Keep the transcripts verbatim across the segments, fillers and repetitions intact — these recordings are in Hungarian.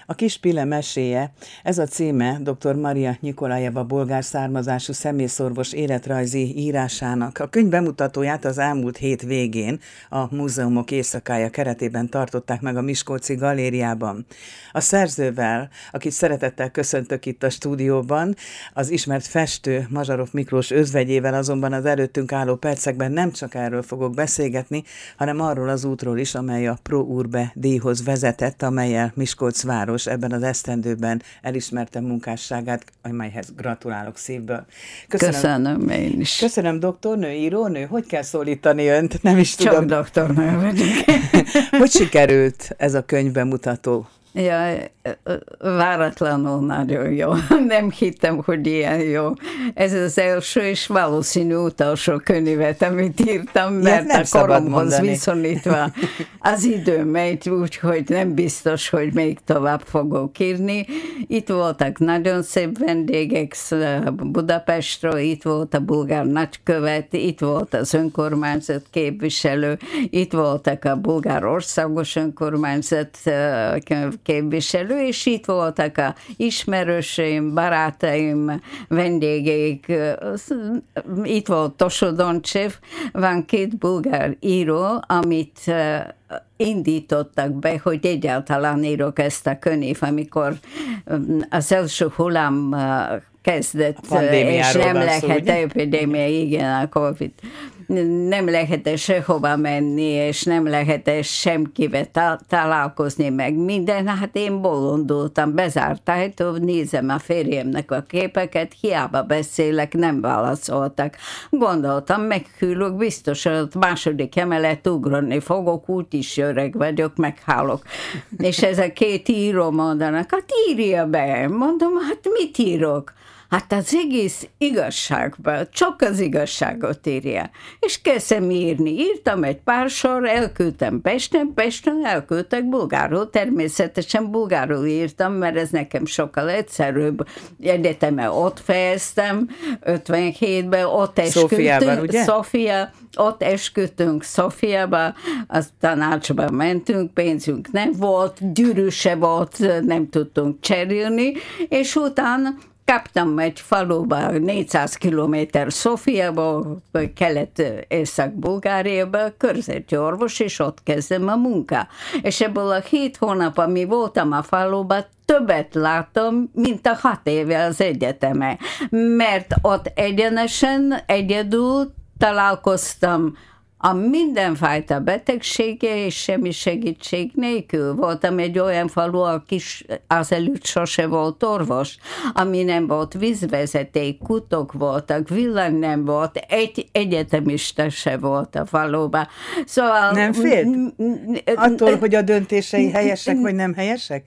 A kis Pile meséje, ez a címe dr. Maria Nyikolajeva bolgár származású személyszorvos életrajzi írásának. A könyv bemutatóját az elmúlt hét végén a Múzeumok éjszakája keretében tartották meg a Miskolci Galériában. A szerzővel, akit szeretettel köszöntök itt a stúdióban, az ismert festő Mazsarov Miklós özvegyével azonban az előttünk álló percekben nem csak erről fogok beszélgetni, hanem arról az útról is, amely a Pro Urbe díjhoz vezetett, amellyel Miskolc város ebben az esztendőben elismerte munkásságát, amelyhez gratulálok szívből. Köszönöm, Köszönöm én is. Köszönöm, doktornő, írónő, hogy kell szólítani önt? Nem is Csak tudom. doktornő vagyok. Hogy sikerült ez a könyv bemutató? Ja, váratlanul nagyon jó. Nem hittem, hogy ilyen jó. Ez az első és valószínű utolsó könyvet, amit írtam, mert a koromhoz viszonyítva az idő megy, úgyhogy nem biztos, hogy még tovább fogok írni. Itt voltak nagyon szép vendégek Budapestről, itt volt a bulgár nagykövet, itt volt az önkormányzat képviselő, itt voltak a bulgár országos önkormányzat képviselő, és itt voltak a ismerőseim, barátaim, vendégeik. Itt volt Tosó Doncsev, van két bulgár író, amit indítottak be, hogy egyáltalán írok ezt a könyv, amikor az első hullám kezdett, és nem lehet epidémia, igen, a Covid. Nem lehet sehova menni, és nem lehet semkivel találkozni, meg minden. Hát én bolondultam, bezárt ajtó, nézem a férjemnek a képeket, hiába beszélek, nem válaszoltak. Gondoltam, meghűlök, biztos, hogy második emelet ugrani fogok, úgyis öreg vagyok, meghálok. És ez a két író mondanak, hát írja be. Mondom, hát mit írok? Hát az egész igazságban, csak az igazságot írja. És kezdtem írni. Írtam egy pár sor, elküldtem Pesten, Pesten elküldtek bulgárul. Természetesen bulgárul írtam, mert ez nekem sokkal egyszerűbb. Egyetemen ott fejeztem, ötvenhétben, ott esküdtünk. Szófia, ott esküdtünk Szófiába, az tanácsba mentünk, pénzünk nem volt, gyűrű se volt, nem tudtunk cserélni, és utána kaptam egy faluba, négyszáz kilométer Szófiába, kelet-észak-Bulgáriába, körzeti orvos, és ott kezdem a munka. És ebből a hét hónap, ami voltam a faluba, többet látom, mint a hat éve az egyetemen. Mert ott egyenesen, egyedül találkoztam a mindenfajta betegsége és semmi segítség nélkül. Voltam egy olyan falu, aki azelőtt sose volt orvos, ami nem volt vízvezeték, kutok voltak, villany nem volt, egy egyetemista se volt a faluban. Szóval, nem félt? Attól, hogy a döntései helyesek vagy nem helyesek?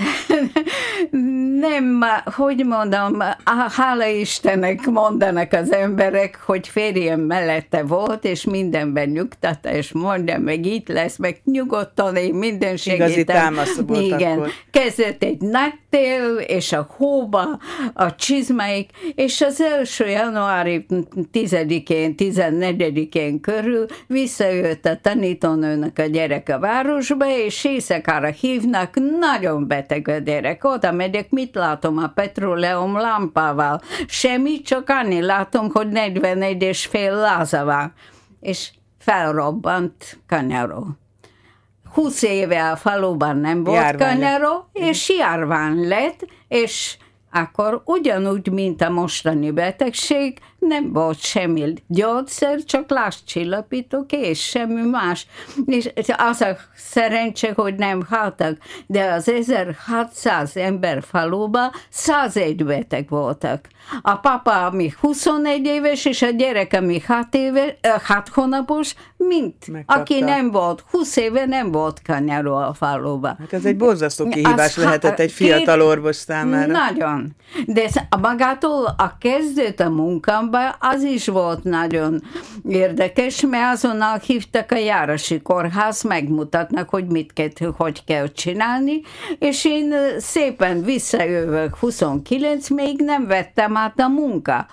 Nem, hogy mondom, hála Istennek mondanak az emberek, hogy férjem mellette volt, és mindenben nyugtatta, és mondja, meg itt lesz, meg nyugodtan, én minden segítem. Igazi támasz volt. Igen. Akkor. Kezdett egy nagy tél, és a hóba, a csizmáik, és az első januári tizedikén, tizennegyedikén körül visszajött a tanítónőnek a gyerek a városba, és éjszakára hívnak, nagyon beteg a gyerek. Oda megyek, mit látom a petróleum lámpával? Semmi, csak annyi látom, hogy negyvenegy és fél láza van. És felrobbant kanyaró. húsz éve a faluban nem volt járvány. Kanyaró, és járvány lett, és akkor ugyanúgy, mint a mostani betegség, nem volt semmi gyógyszer, csak lázcsillapítók, és semmi más. És az a szerencse, hogy nem haltak, de az ezerhatszáz ember faluban százegy beteg voltak. A papa, ami huszonegy éves, és a gyerek, ami hat éves, hat hónapos, mint megkapta. Aki nem volt, húsz éve nem volt kanyaró a faluban. Hát ez egy borzasztó kihívás az lehetett egy fiatal két, orvos számára. Nagyon. De magától a kezdet a munkámban az is volt nagyon érdekes, mert azonnal hívtak a Járási Kórház, megmutatnak, hogy mit kell, hogy kell csinálni, és én szépen visszajövök huszonkilenc, még nem vettem át a munka.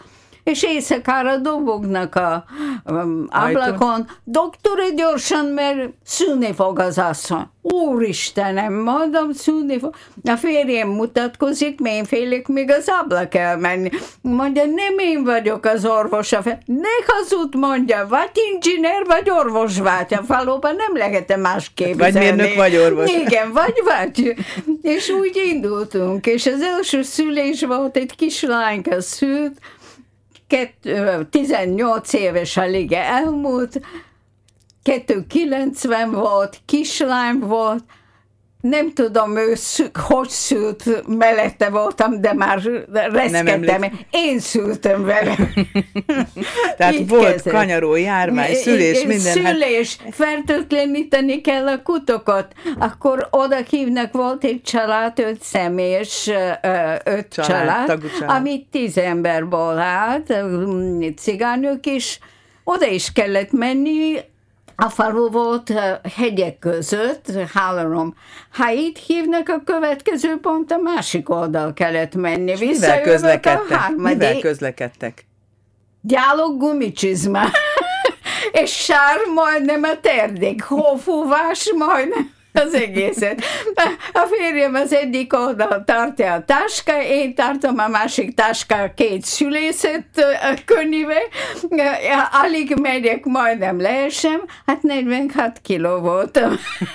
és éjszakára dobognak a um, ablakon. Doktore, gyorsan, mert szűnni fog az asszony. Úristenem, mondom, szűnni fog. A férjem mutatkozik, mert én félek, még az ablak elmenni. Mondja, nem én vagyok az orvos. A fel... Ne hazud, mondja, vagy inzsiner, vagy orvos vagy. Valóban nem lehet más képzelni. Vagy mérnök, vagy orvos. Igen, vagy vagy. És úgy indultunk, és az első szülés volt, egy kislányka szült, tizennyolc éves a lige elmúlt, kettő kilencven volt, kislány volt, nem tudom, ő szü- hogy szült, mellette voltam, de már reszkedtem. Én szültem vele. Tehát itt volt kezdett. Kanyaró, járvány, szülés, I- minden. Szülés, hát... fertőtleníteni kell a kutokat. Akkor oda hívnak, volt egy család, öt személyes, öt család, család, család, ami tíz emberból állt, cigányok is. Oda is kellett menni. A falu volt hegyek között, Hálarom. Ha itt hívnak, a következő pont a másik oldal kellett menni. Mivel közlekedtek? Mivel közlekedtek? Gyálog gumicsizma. És sár majdnem a terdék. Hófúvás majdnem az egészet. A férjem az egyik oldal tartja a táska, én tartom a másik táska két szülészet könyve, alig megyek, majdnem leesem, hát negyvenhat kiló voltam.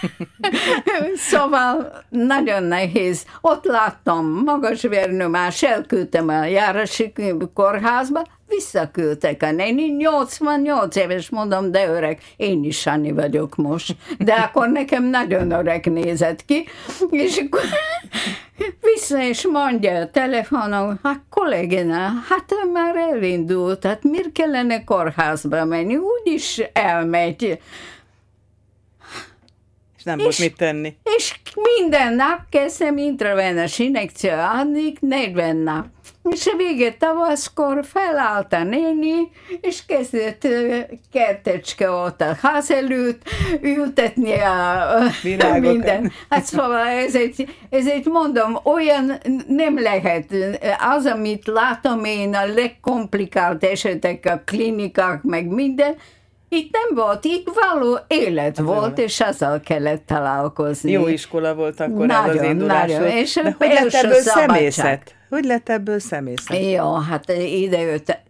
Szóval nagyon nehéz. Ott láttam magas vérnyomás, elküldtem a járási kórházba, visszaküldtek a néni, nyolcvannyolc éves, mondom, de öreg, én is Sanni vagyok most. De akkor nekem nagyon öreg nézett ki, és akkor vissza is mondja a telefonon, hát kollégina, hát már elindult, hát miért kellene kórházba menni, úgyis elmegy. És nem volt mit tenni. És minden nap kezdtem intravénus injekció adni, negyven nap. És a végén tavaszkor felállt a néni, és kezdett kertecske ott a ház előtt ültetni a virágokat. Minden. Hát szóval ez egy, ez egy, mondom, olyan nem lehet. Az, amit látom én, a legkomplikált esetek, a klinikák, meg minden, itt nem volt, itt való élet hát volt, nem. És azzal kellett találkozni. Jó iskola volt akkor nagyon, ez az indulásod. Nagyon, és de hogy lett ebből személyzet? Hogy lett ebből személyzet? Jó, hát ide jött.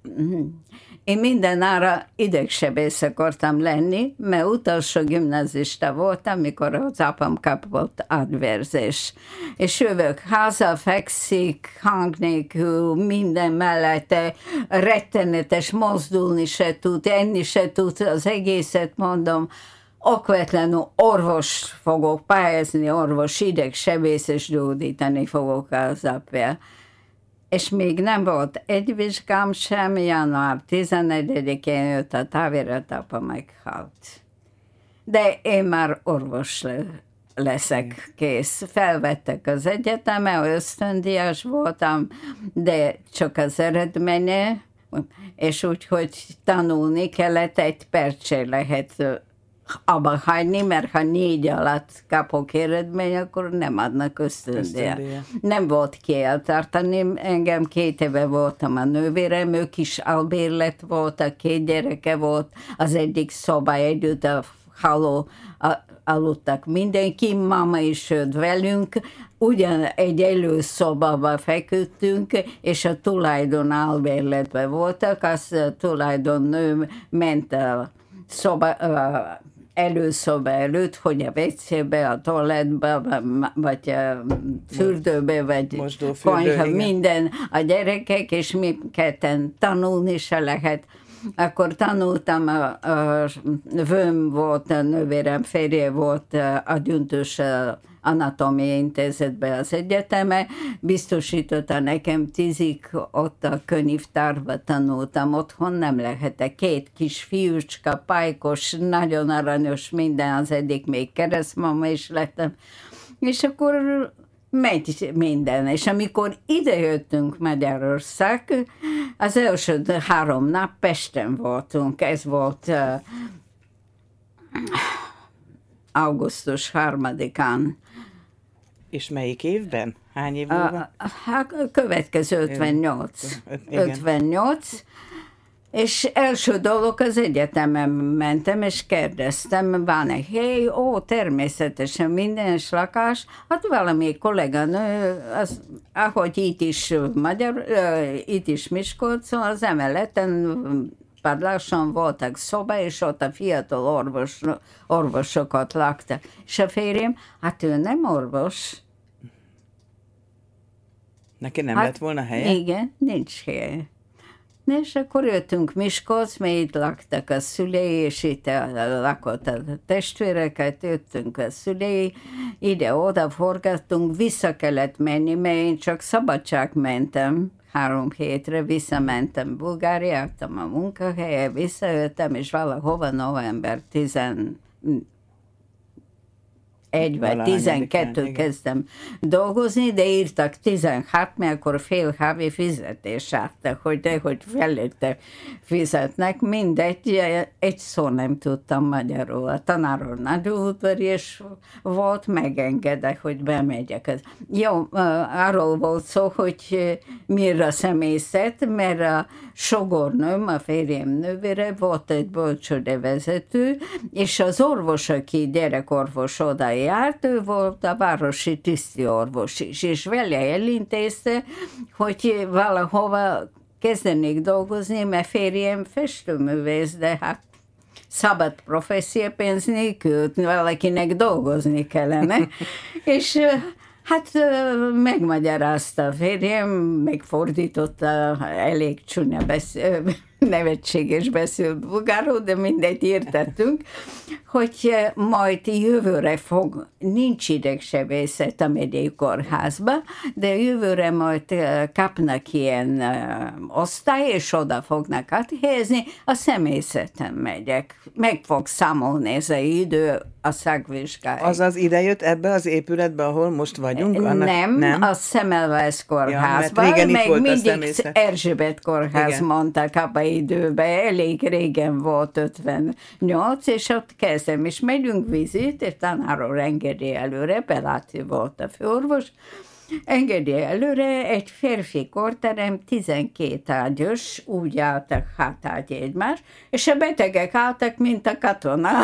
Én mindenára idegsebész akartam lenni, mert utolsó gimnazista voltam, mikor az apám kapott átvérzés. És jövök haza, fekszik, hang nélkül, minden mellette, rettenetes, mozdulni se tud, enni se tud, az egészet mondom, okvetlenül orvos fogok pályázni, orvos idegsebész, és gyógyítani fogok az apja. És még nem volt egy vizsgám sem, január tizenegyedikén jött a távirat, apa meghalt. De én már orvos leszek, kész. Felvettek az egyetemen, ösztöndíjas voltam, de csak az eredménye, és úgyhogy tanulni kellett, egy percre lehet abba hagyni, mert ha négy alatt kapok eredmény, akkor nem adnak ösztöndíjat. Nem volt ki eltartani, engem két éve voltam a nővérem, ők is albérlet voltak, két gyereke volt, az egyik szoba együtt a haló aludtak mindenki, mama is jött velünk, ugyan egy előszobába feküdtünk, és a tulajdon albérletben voltak, az a tulajdonnő ment a szoba, a előszoba előtt, hogy a vécébe, a toalettbe, vagy a fürdőbe, vagy konyha, minden a gyerekek, és mi ketten tanulni se lehet. Akkor tanultam, a, a vőm volt, a nővérem férje volt adjunktus anatómiai intézetben az egyetemen, biztosította nekem tízig, ott a könyvtárba tanultam, otthon nem lehetett. Két kis fiúcska, pálykos, nagyon aranyos minden, az egyik még keresztmama is lettem, és akkor megy minden. És amikor idejöttünk Magyarország, az első három nap Pesten voltunk, ez volt uh, augusztus harmadikán. És melyik évben? Hány év múlva? Hát a következő ötvennyolc. ötvennyolc. És első dolog az egyetemen mentem, és kérdeztem, van egy hely, ó, természetesen minden lakás, hát valami kolléganő, az, ahogy itt is magyar, itt is Miskolcon, az emeleten padláson voltak szoba, és ott a fiatal orvos, orvosokat laktak. És a férjem, hát ő nem orvos. Neki nem hát, lett volna helye? Igen, nincs helye. És akkor jöttünk Miskolc, mert itt laktak a szülei, és itt lakott a testvéreket, jöttünk a szülei, ide-oda forgattunk, vissza kellett menni, mert én csak szabadság mentem, három hétre visszamentem Bulgáriátam a munkahelye, visszajöttem, és valahova november tizenegy egy vagy tizenkettő kezdtem dolgozni, de írtak tizenhat, mert akkor fél havi fizetés álltak, hogy de, hogy felette fizetnek, mindegy, egy szó nem tudtam magyarul. A tanáról nagyon udvarias volt, megengedek, hogy bemegyek. Jó, arról volt szó, hogy mire a személyzet, mert a sogornőm, a férjem nővére volt egy bölcsődevezető, és az orvos, aki gyerekorvos oda járt, ő volt a városi tisztiorvos is, és vele elintézte, hogy valahova kezdenék dolgozni, mert férjem festőművész, de hát szabad professzia, pénz nélkül, valakinek dolgozni kellene, és hát megmagyarázta a férjem, megfordította, elég csúnya beszél, nevetséges beszélt bulgárul, de mindegy értettünk, hogy majd jövőre fog, nincs idegsebészet a megyei kórházba, de jövőre majd kapnak ilyen osztály, és oda fognak áthelyezni, a személyzeten megyek. Meg fog számolni ez az idő a szakvizsgáig. Azaz idejött ebbe az épületbe, ahol most vagyunk? Annak, nem, nem, a Semmelweis kórházban, ja, meg mindig Erzsébet kórház igen. mondták abban időben, elég régen volt ötvennyolc, és ott kezdem, és megyünk vizit, és tanáról engedi előre, Beláti volt a főorvos, engedi előre, egy férfi korterem, tizenkét ágyos, úgy álltak hátágy egymás, és a betegek álltak, mint a katonák.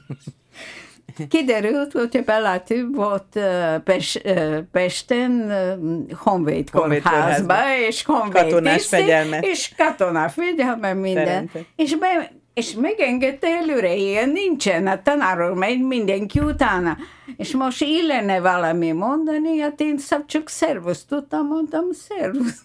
Kiderült, hogy a Beláti volt Pest, Pesten Honvéd kórházban, és Honvéd tiszti, és katonás fegyelme minden. És, be, és megengedte előre, ilyen nincsen, a tanáról megy mindenki utána. És most illene valami mondani, hát én csak szervusz tudtam, mondtam szervusz.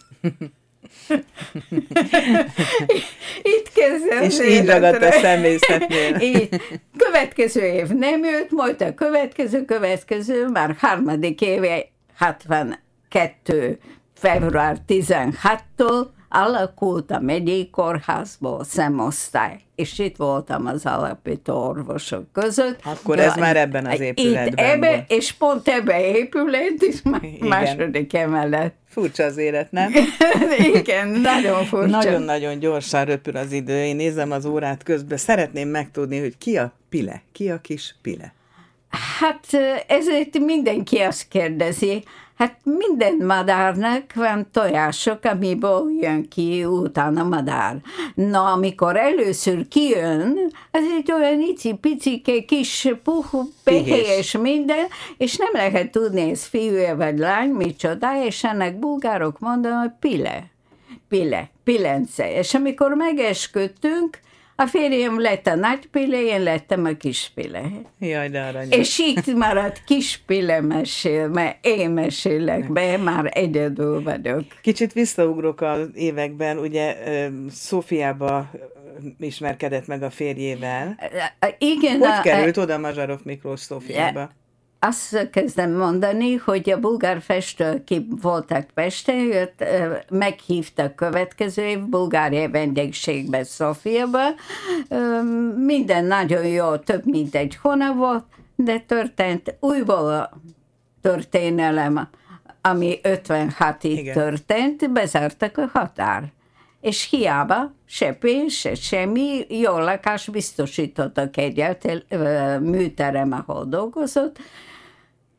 Itt kezdem. És így ragadt a személyzetnél. Így. Következő év nem jött, majd a következő, következő, már harmadik éve, hatvankettő február tizenhattól alakult a megyei kórházból szemosztály, és itt voltam az alapító orvosok között. Akkor de ez már ebben az épületben itt ebbe, és pont ebben épület, és második emelet. Furcsa az élet, nem? Igen, nagyon furcsa. Nagyon-nagyon gyorsan röpül az idő. Én nézem az órát közben. Szeretném megtudni, hogy ki a Pile? Ki a kis Pile? Hát ezért mindenki azt kérdezi. Hát minden madárnak van tojások, amiből jön ki utána madár. Na, amikor először kijön, az egy olyan icipicike kis puhu, és minden, és nem lehet tudni, ez fiú vagy lány, micsoda, és ennek bulgárok mondanak, hogy Pile, Pile, Pilence. És amikor megesküdtünk, a férjem lett a nagy Pile, én lettem a kis Pile. Jaj, de aranyos. És itt maradt kis Pile mesél, mert én mesélek be, már egyedül vagyok. Kicsit visszaugrok az években, ugye Szófiába ismerkedett meg a férjével. Igen. Hogy a, került oda Mazsarov Miklós Szófiába? Azt kezdem mondani, hogy a bulgár festő, akik voltak Pesten, jött, meghívtak következő év Bulgária vendégségbe Szófiába. Minden nagyon jó, több mint egy hónap volt, de történt újból történelem, ami ötvenhatig történt, bezártak a határ. És hiába se pénz, se semmi, jó lakást biztosítottak egyet, műterem, ahol dolgozott,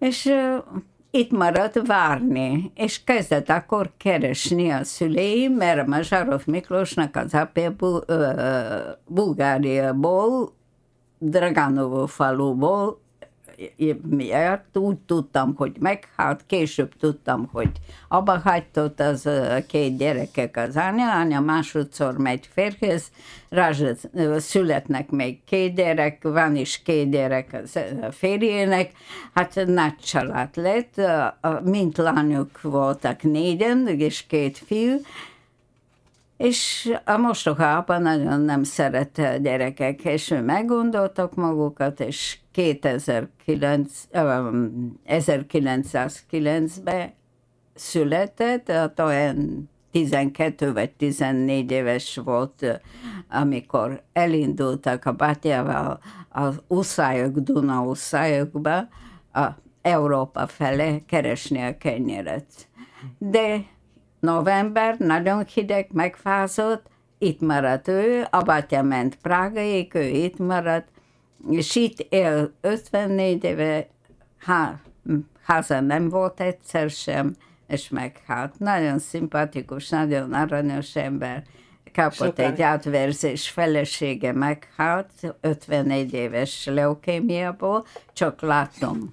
És uh, itt maradt várni, és kezdett akkor keresni a szüleim, mert Mazsarov Miklósnak az apja bu, uh, Bulgáriából, Draganovo faluból miért úgy tudtam, hogy meghalt, később tudtam, hogy abba hagytott az két gyerekek az anya, anya másodszor megy férjhez, rá születnek még két gyerek, van is két gyerek az férjének, hát nagy család lett, mint lányok voltak négyen, és két fiú, és a mostohában nagyon nem szerette a gyerekek, és ő meggondoltak magukat, és ezerkilencszázkilencben született, hát olyan tizenkét vagy tizennégy éves volt, amikor elindultak a bátyával az uszályok, Duna uszályokba, a Európa fele keresni a kenyeret. De november, nagyon hideg, megfázott, itt maradt ő, a bátya ment Prágaig, ő itt maradt, és itt él ötvennégy éve, há, háza nem volt egyszer sem, és meghalt. Nagyon szimpatikus, nagyon aranyos ember. Kapott Sokan. Egy átverzés, felesége meghalt, ötvennégy éves leukémiából, csak látom.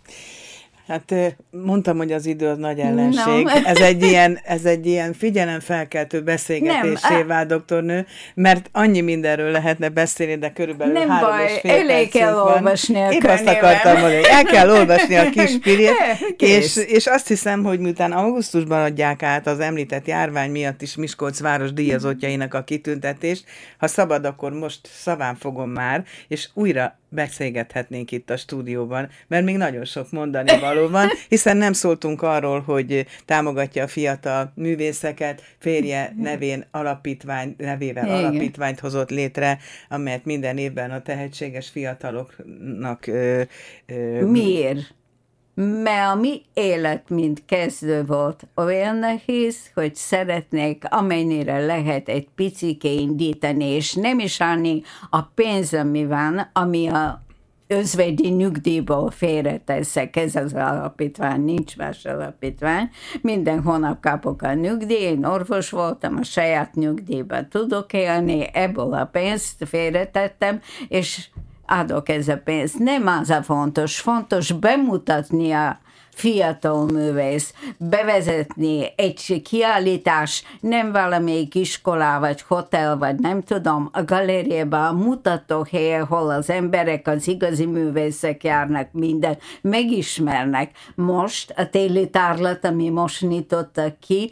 Hát mondtam, hogy az idő az nagy ellenség. No. Ez egy ilyen, ez egy ilyen figyelemfelkeltő beszélgetésé vált, doktornő, mert annyi mindenről lehetne beszélni, de körülbelül nem három baj, és fél elég kell van. Olvasni a Épp azt akartam mondani, hogy el kell olvasni a kis pirét, és, és azt hiszem, hogy miután augusztusban adják át az említett járvány miatt is Miskolc város díjazottjainak a kitüntetést, ha szabad, akkor most szaván fogom már, és újra beszélgethetnénk itt a stúdióban, mert még nagyon sok mondani való van, hiszen nem szóltunk arról, hogy támogatja a fiatal művészeket, férje nevén alapítvány, nevével Igen. alapítványt hozott létre, amelyet minden évben a tehetséges fiataloknak... Ö, ö, Miért? Mert a mi élet, mint kezdő volt, olyan nehéz, hogy szeretnék amennyire lehet egy picike indítani, és nem is annyi a pénz, ami van, ami a özvegyi nyugdíjból félreteszek, ez az alapítvány, nincs más alapítvány, minden hónap kapok a nyugdíj, én orvos voltam, a saját nyugdíjban tudok élni, ebből a pénzt félretettem, és adok ez a pénzt. Nem az a fontos, fontos bemutatni a fiatal művész, bevezetni egy kiállítás, nem valamelyik iskolá, vagy hotel, vagy nem tudom, a galériában, a mutatóhely, ahol az emberek, az igazi művészek járnak, minden, megismernek. Most a téli tárlat, ami most nyitottak ki,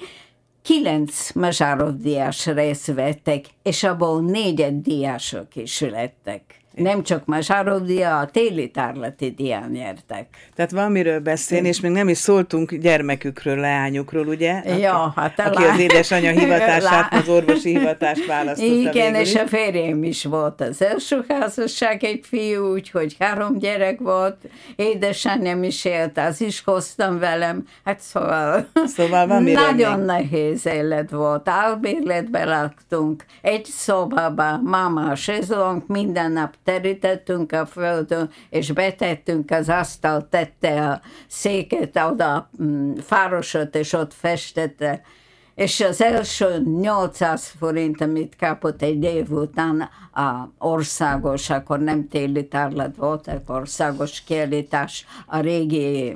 kilenc Mazsarov díjas részt vettek, és abból négyed díjasok is lettek. Nem csak Mazsarov díja, a téli tárlati díján nyertek. Tehát van miről beszélni, és még nem is szóltunk gyermekükről, leányukról, ugye? Ja, hát aki lá... az édesanyja hivatását, az orvosi hivatást választotta. Igen, és a férjem is volt az első házasság, egy fiú, úgyhogy három gyerek volt, édesanyám is élt, az is hoztam velem, hát szóval, szóval van nagyon még. nehéz élet volt, albérletben laktunk, egy szobában, máma a sezlong, minden nap terítettünk a földön, és betettünk az asztalt, tette a széket oda, fárosot, és ott festette. És az első nyolcszáz forint, amit kapott egy év után a országos, akkor nem téli tárlat volt, akkor országos kiállítás a régi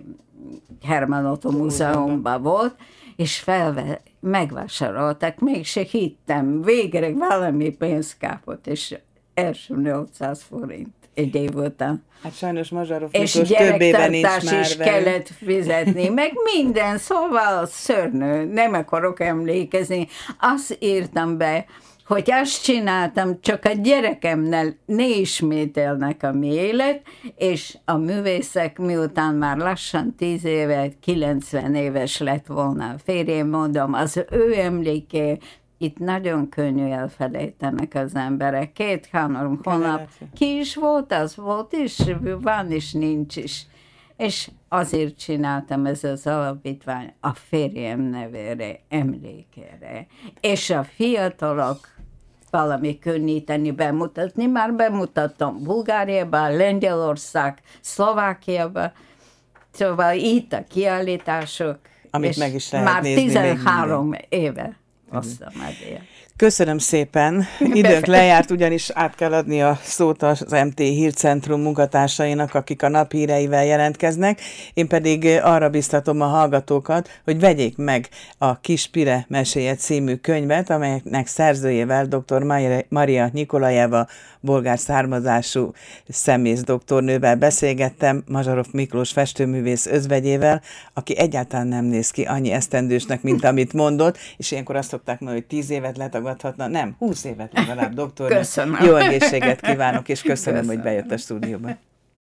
Herman Otto Múzeumban volt, és felve, megvásároltak, mégse hittem, végre valami pénzt kapott, és első nyolcszáz forint egy év után. Hát sajnos Mazsarov Miklós több éve nincs már is velünk. Kellett fizetni, meg minden, szóval szörnyű, nem akarok emlékezni. Azt írtam be, hogy azt csináltam, csak a gyerekemnel ne ismételnek a mi élet, és a művészek miután már lassan tíz éve, kilencven éves lett volna a férjem, mondom, az ő emléke, itt nagyon könnyű elfelejtenek az emberek. Két-három hónap ki is volt, az volt is, van is, nincs is. És azért csináltam ez az alapítvány a férjem nevére, emlékére. És a fiatalok valami könnyíteni, bemutatni. Már bemutattam Bulgáriában, Lengyelország, Szlovákiában. Szóval itt a kiállítások, amit és meg is lehet már nézni tizenhárom éve hoztam el. Köszönöm szépen. Időnk lejárt, ugyanis át kell adni a szót az em té Hírcentrum munkatársainak, akik a nap híreivel jelentkeznek. Én pedig arra biztatom a hallgatókat, hogy vegyék meg a Kis Pire meséje című könyvet, amelynek szerzőjével dr. Maria Nyikolajeva, bolgár származású szemész doktornővel beszélgettem, Mazsarov Miklós festőművész özvegyével, aki egyáltalán nem néz ki annyi esztendősnek, mint amit mondott, és ilyenkor azt szokták mondani, hogy tíz évet letagadhatna. Nem, húsz évet legalább, doktor. Köszönöm. Jó egészséget kívánok, és köszönöm, Köszönöm. hogy bejött a stúdióba.